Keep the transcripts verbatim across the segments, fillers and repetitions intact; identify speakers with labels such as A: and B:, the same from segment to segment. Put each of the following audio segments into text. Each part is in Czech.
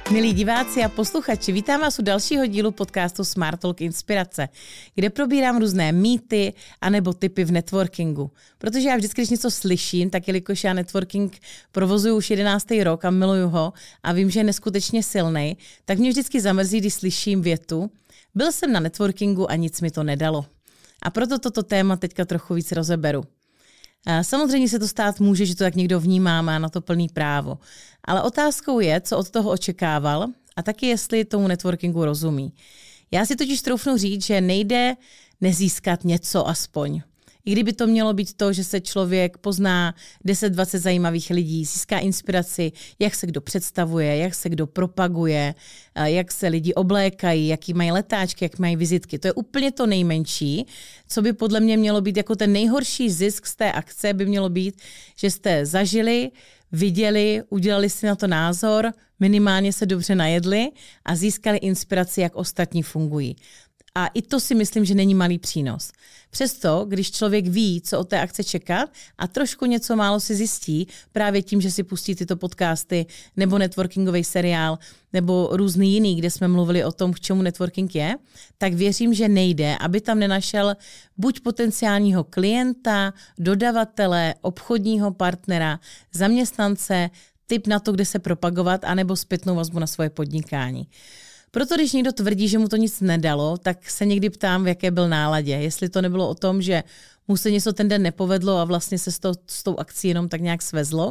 A: Milí diváci a posluchači, vítám vás u dalšího dílu podcastu Smart Talk Inspirace, kde probírám různé mýty anebo tipy v networkingu. Protože já vždycky, když něco slyším, tak jelikož já networking provozuju už jedenáctý rok a miluju ho a vím, že je neskutečně silný, tak mě vždycky zamrzí, když slyším větu: byl jsem na networkingu a nic mi to nedalo. A proto toto téma teďka trochu víc rozeberu. Samozřejmě se to stát může, že to tak někdo vnímá, má na to plný právo. Ale otázkou je, co od toho očekával a taky jestli tomu networkingu rozumí. Já si totiž troufnu říct, že nejde nezískat něco aspoň. I kdyby to mělo být to, že se člověk pozná deset dvacet zajímavých lidí, získá inspiraci, jak se kdo představuje, jak se kdo propaguje, jak se lidi oblékají, jaký mají letáčky, jak mají vizitky. To je úplně to nejmenší, co by podle mě mělo být jako ten nejhorší zisk z té akce, by mělo být, že jste zažili, viděli, udělali si na to názor, minimálně se dobře najedli a získali inspiraci, jak ostatní fungují. A i to si myslím, že není malý přínos. Přesto, když člověk ví, co od té akce čekat a trošku něco málo si zjistí, právě tím, že si pustí tyto podcasty nebo networkingový seriál nebo různý jiný, kde jsme mluvili o tom, k čemu networking je, tak věřím, že nejde, aby tam nenašel buď potenciálního klienta, dodavatele, obchodního partnera, zaměstnance, tip na to, kde se propagovat, anebo zpětnou vazbu na svoje podnikání. Proto když někdo tvrdí, že mu to nic nedalo, tak se někdy ptám, v jaké byl náladě. Jestli to nebylo o tom, že mu se něco ten den nepovedlo a vlastně se s, to, s tou akcí jenom tak nějak svezlo.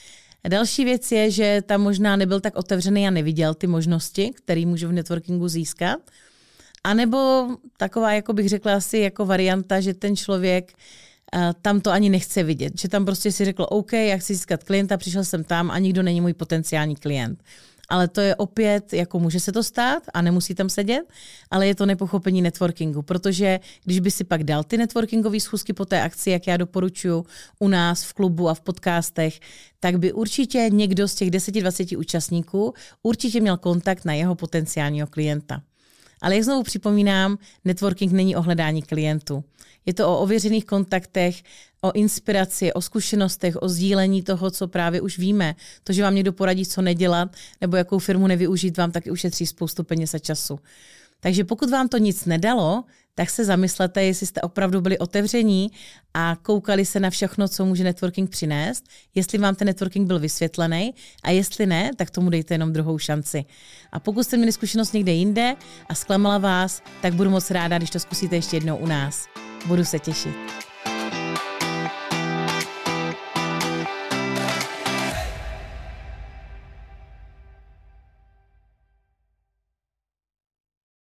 A: A další věc je, že tam možná nebyl tak otevřený a neviděl ty možnosti, které může v networkingu získat. A nebo taková, jako bych řekla asi jako varianta, že ten člověk uh, tam to ani nechce vidět. Že tam prostě si řekl, OK, já chci získat klienta, přišel jsem tam a nikdo není můj potenciální klient. Ale to je opět, jako může se to stát a nemusí tam sedět, ale je to nepochopení networkingu, protože když by si pak dal ty networkingové schůzky po té akci, jak já doporučuji u nás v klubu a v podcastech, tak by určitě někdo z těch deset dvacet účastníků určitě měl kontakt na jeho potenciálního klienta. Ale jak znovu připomínám, networking není o hledání klientů. Je to o ověřených kontaktech, o inspiraci, o zkušenostech, o sdílení toho, co právě už víme. To, že vám někdo poradí, co nedělat, nebo jakou firmu nevyužít, vám taky ušetří spoustu peněz a času. Takže pokud vám to nic nedalo, tak se zamyslete, jestli jste opravdu byli otevření a koukali se na všechno, co může networking přinést, jestli vám ten networking byl vysvětlený a jestli ne, tak tomu dejte jenom druhou šanci. A pokud jste měli zkušenost někde jinde a zklamala vás, tak budu moc ráda, když to zkusíte ještě jednou u nás. Budu se těšit.